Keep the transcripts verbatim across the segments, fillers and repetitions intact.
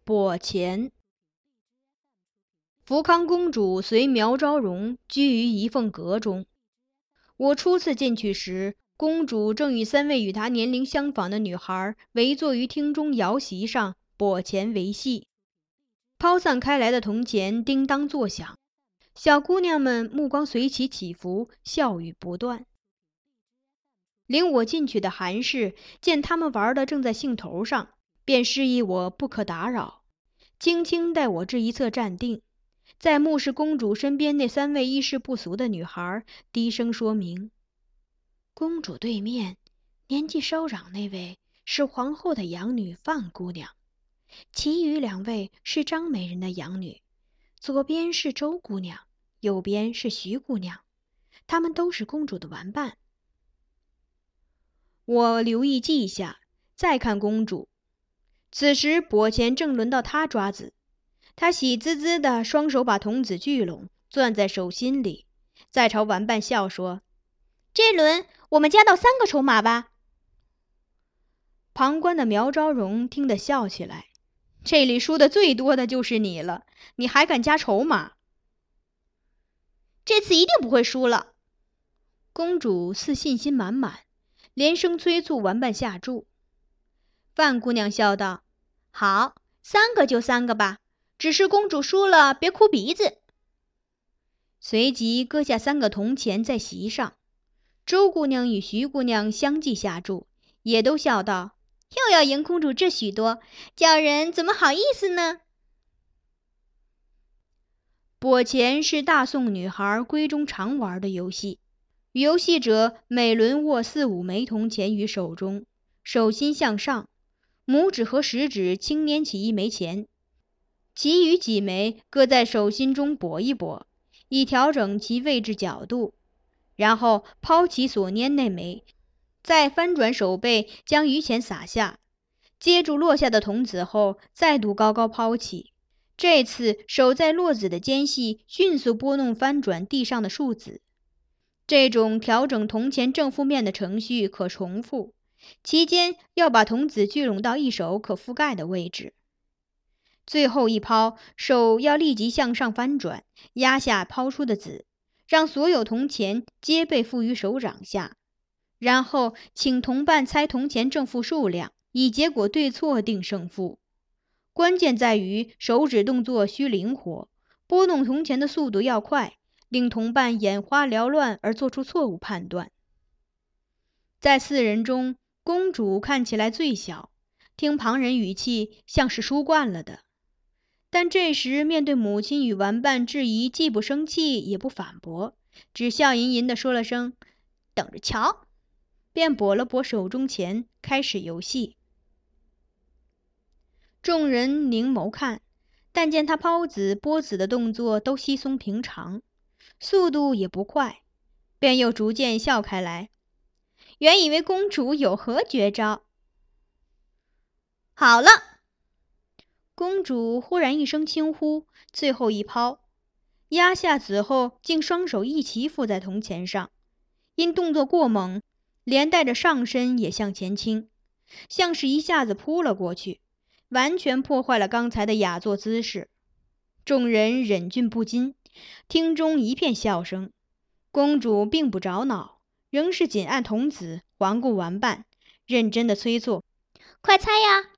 跛前。福康公主随苗昭容居于一凤阁中。我初次进去时，公主正与三位与她年龄相仿的女孩围坐于厅中摇席上，跛前为戏。抛散开来的铜钱叮当作响，小姑娘们目光随其起伏，笑语不断。领我进去的韩氏见他们玩得正在兴头上，便示意我不可打扰，轻轻带我至一侧站定，在目视公主身边那三位衣饰不俗的女孩低声说明：公主对面年纪稍长那位是皇后的养女范姑娘，其余两位是张美人的养女，左边是周姑娘，右边是徐姑娘，她们都是公主的玩伴。我留意记下，再看公主。此时跛前正轮到她抓子，她喜滋滋的双手把童子聚拢，攥在手心里，再朝玩伴笑说：这轮我们加到三个筹码吧。旁观的苗昭容听得笑起来：这里输的最多的就是你了，你还敢加筹码？ 这次一定不会输了。 公主似信心满满，连声催促玩伴下注。范姑娘笑道： 好，三个就三个吧，只是公主输了别哭鼻子。 随即搁下三个铜钱在席上。周姑娘与徐姑娘相继下注，也都笑道： 又要赢公主这许多，叫人怎么好意思呢？ 跛前是大宋女孩闺中常玩的游戏，游戏者每轮握四五枚铜钱于手中，手心向上，拇指和食指轻捻起一枚钱，其余几枚搁在手心中拨一拨，以调整其位置角度，然后抛起所拈那枚，再翻转手背将余钱撒下，接住落下的铜子后再度高高抛起，这次手在落子的间隙迅速拨弄翻转地上的数子。这种调整铜钱正负面的程序可重复，期间要把铜子聚拢到一手可覆盖的位置。最后一抛，手要立即向上翻转，压下抛出的子，让所有铜钱皆被附于手掌下，然后请同伴猜铜钱正负数量，以结果对错定胜负。关键在于手指动作需灵活，拨弄铜钱的速度要快，令同伴眼花缭乱而做出错误判断。在四人中，公主看起来最小，听旁人语气像是输惯了的，但这时面对母亲与玩伴质疑，既不生气也不反驳，只笑吟吟地说了声等着瞧，便拨了拨手中钱，开始游戏。众人凝眸看，但见他抛子拨子的动作都稀松平常，速度也不快，便又逐渐笑开来。原以为公主有何绝招。 好了！ 公主忽然一声轻呼，最后一抛，压下子后竟双手一齐附在铜钱上，因动作过猛，连带着上身也向前倾，像是一下子扑了过去，完全破坏了刚才的雅座姿势。众人忍俊不禁，厅中一片笑声。公主并不着恼，仍是紧按铜子，环顾玩伴，认真的催促： 快猜呀！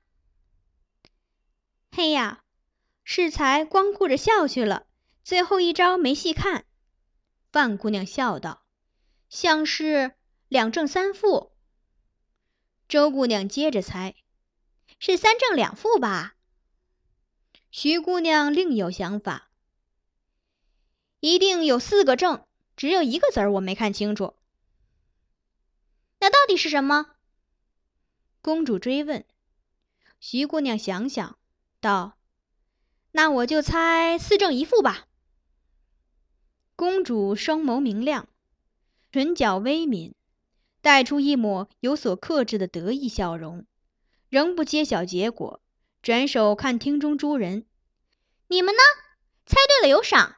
嘿呀，适才光顾着笑去了，最后一招没细看。范姑娘笑道：像是两正三负。周姑娘接着猜： 是三正两负吧？ 徐姑娘另有想法：一定有四个正，只有一个子儿我没看清楚。 那到底是什么？ 公主追问。徐姑娘想想道：那我就猜四正一负吧。公主双眸明亮，唇角微抿，带出一抹有所克制的得意笑容，仍不揭晓结果，转手看厅中诸人： 你们呢？猜对了有赏。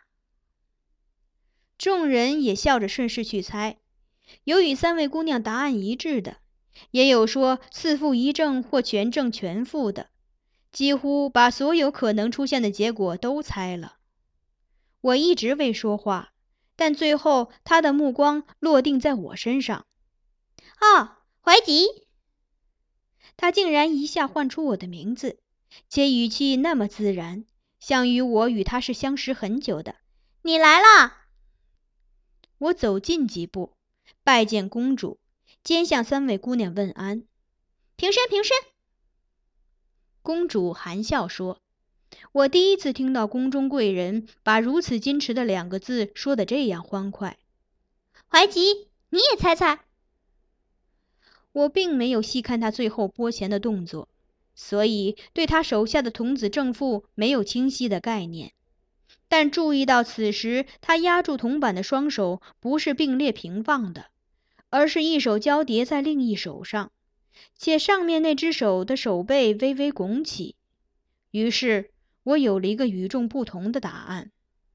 众人也笑着顺势去猜，有与三位姑娘答案一致的，也有说四负一正或全正全负的。 几乎把所有可能出现的结果都猜了。我一直未说话，但最后他的目光落定在我身上。 哦，怀吉。 他竟然一下唤出我的名字，且语气那么自然，像与我与他是相识很久的。 你来啦！ 我走近几步，拜见公主，肩向三位姑娘问安。 平身，平身。 公主含笑说。我第一次听到宫中贵人把如此矜持的两个字说得这样欢快。 怀吉，你也猜猜。 我并没有细看他最后拨钱的动作，所以对他手下的童子正负没有清晰的概念，但注意到此时他压住铜板的双手不是并列平放的，而是一手交叠在另一手上，且上面那只手的手背微微拱起。于是我有了一个与众不同的答案。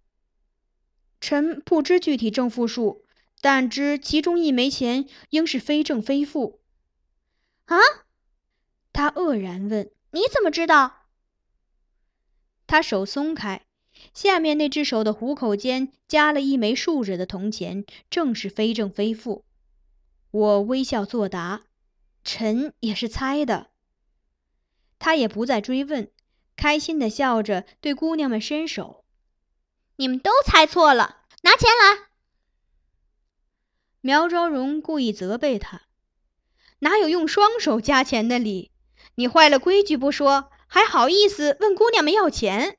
臣不知具体正负数，但知其中一枚钱应是非正非负。 啊？ 他愕然问。 你怎么知道？ 他手松开，下面那只手的虎口间夹了一枚竖着的铜钱，正是非正非负。我微笑作答，臣也是猜的。他也不再追问，开心地笑着对姑娘们伸手。 你们都猜错了，拿钱来。 苗昭荣故意责备他，哪有用双手夹钱的理？你坏了规矩不说，还好意思问姑娘们要钱？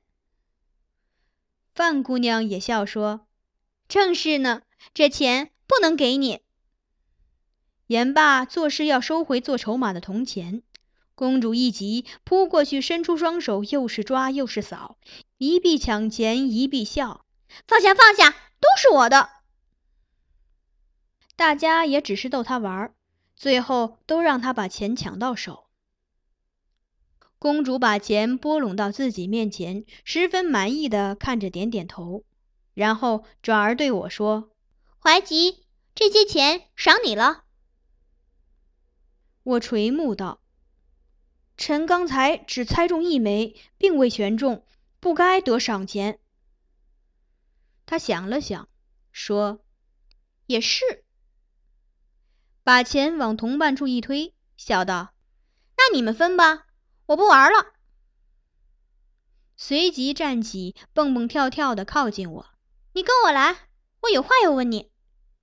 范姑娘也笑说， 正是呢，这钱不能给你。 言罢作势要收回做筹码的铜钱，公主一急扑过去，伸出双手，又是抓又是扫，一臂抢钱一臂笑。 放下放下，都是我的。 大家也只是逗他玩，最后都让他把钱抢到手。公主把钱拨拢到自己面前，十分满意地看着，点点头，然后转而对我说： 怀吉，这些钱赏你了。 我垂目道：臣刚才只猜中一枚，并未选中，不该得赏钱。他想了想，说：也是。把钱往铜板处一推，笑道： 那你们分吧，我不玩了。 随即站起，蹦蹦跳跳地靠近我。 你跟我来，我有话要问你。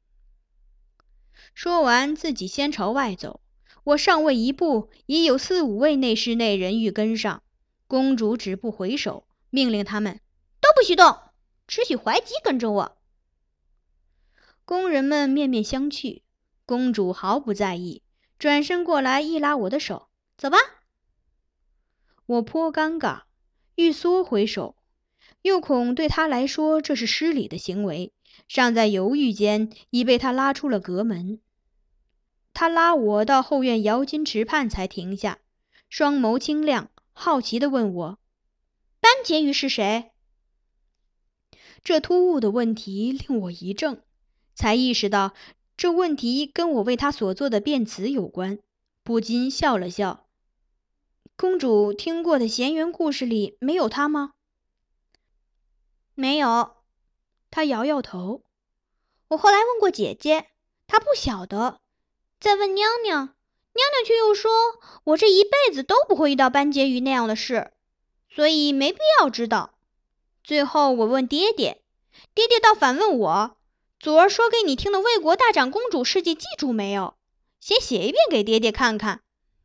说完自己先朝外走，我上位一步，已有四五位内侍内人欲跟上。公主止步回首，命令他们都不许动，只许怀吉跟着我。 工人们面面相觑，公主毫不在意，转身过来一拉我的手，走吧。我颇尴尬，欲缩回手，又恐对他来说这是失礼的行为，尚在犹豫间，已被他拉出了阁门。他拉我到后院摇金池畔才停下，双眸清亮，好奇地问我： 班婕妤是谁？ 这突兀的问题令我一怔，才意识到这问题跟我为他所做的辩词有关，不禁笑了笑。公主听过的闲园故事里没有他吗？ 没有。 他摇摇头。 我后来问过姐姐，她不晓得。再问娘娘，娘娘却又说我这一辈子都不会遇到班婕妤那样的事，所以没必要知道。最后我问爹爹，爹爹倒反问我，昨儿说给你听的魏国大长公主事迹记住没有？先写一遍给爹爹看看。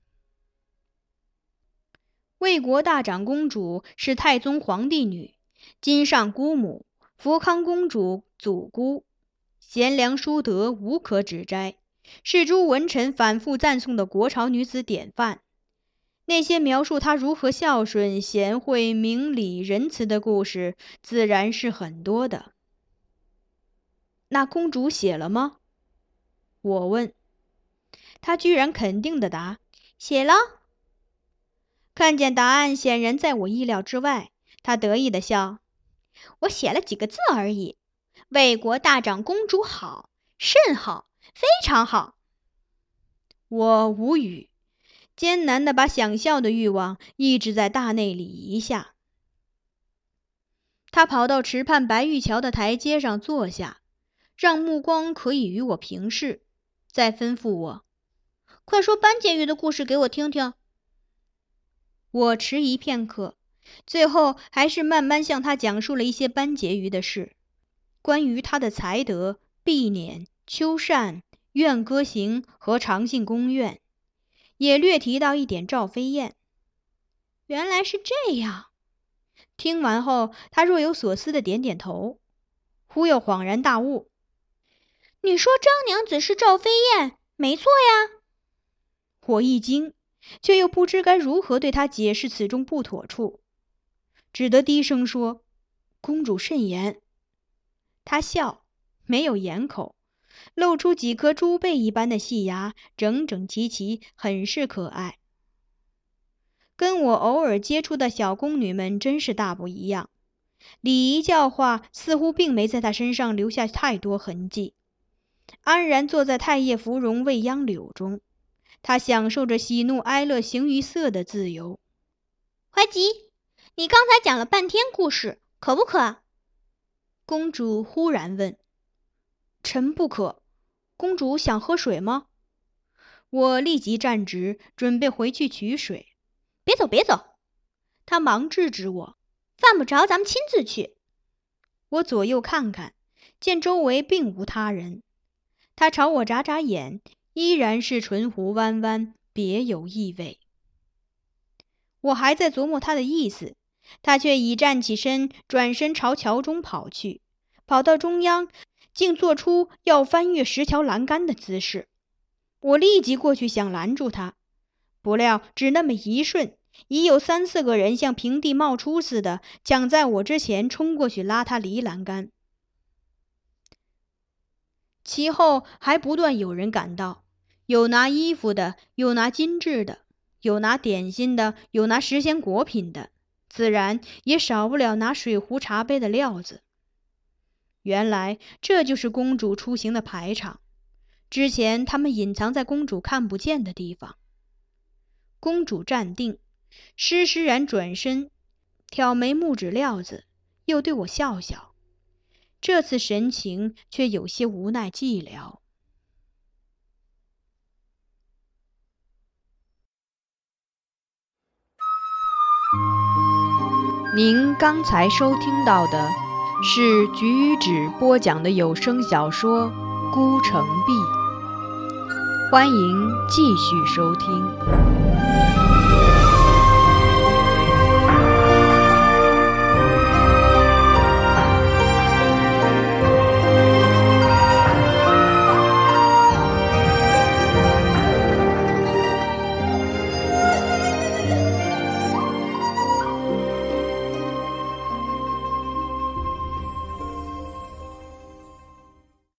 魏国大长公主是太宗皇帝女，今上姑母，福康公主祖姑，贤良淑德，无可指摘，是诸文臣反复赞颂的国朝女子典范。那些描述她如何孝顺、贤惠、明理、仁慈的故事，自然是很多的。那公主写了吗？我问。她居然肯定地答： 写了。 看见答案显然在我意料之外，她得意地笑： 我写了几个字而已，魏国大长公主好，甚好，非常好。 我无语， 艰难地把想笑的欲望抑制在大内里一下。他跑到池畔白玉桥的台阶上坐下，让目光可以与我平视，再吩咐我： 快说班婕妤的故事给我听听。 我迟疑片刻，最后还是慢慢向他讲述了一些班婕妤的事，关于他的才德、碧辇、秋扇、苑歌行和长信宫苑，也略提到一点赵飞燕。 原来是这样。 听完后，他若有所思地点点头，忽又恍然大悟： 你说张娘子是赵飞燕，没错呀。 我一惊，却又不知该如何对他解释此中不妥处，只得低声说：公主慎言。他笑，没有掩口，露出几颗猪背一般的细牙，整整齐齐，很是可爱。跟我偶尔接触的小宫女们真是大不一样，礼仪教化似乎并没在她身上留下太多痕迹。安然坐在太液芙蓉未央柳中，她享受着喜怒哀乐形于色的自由。 怀吉，你刚才讲了半天故事，渴不渴？ 公主忽然问。臣不渴。公主想喝水吗？我立即站直，准备回去取水。 别走别走， 他忙制止我。 犯不着，咱们亲自去。 我左右看看，见周围并无他人。他朝我眨眨眼，依然是唇弧弯弯，别有意味。我还在琢磨他的意思，他却已站起身，转身朝桥中跑去，跑到中央，竟做出要翻越石桥栏杆的姿势。我立即过去想拦住他，不料只那么一瞬，已有三四个人像平地冒出似的，抢在我之前冲过去拉他离栏杆。其后还不断有人赶到，有拿衣服的，有拿金质的，有拿点心的，有拿时鲜果品的，自然也少不了拿水壶茶杯的料子。原来这就是公主出行的排场，之前他们隐藏在公主看不见的地方。公主站定，施施然转身，挑眉目指料子，又对我笑笑，这次神情却有些无奈寂寥。您刚才收听到的是橘子播讲的有声小说《孤城闭》，欢迎继续收听。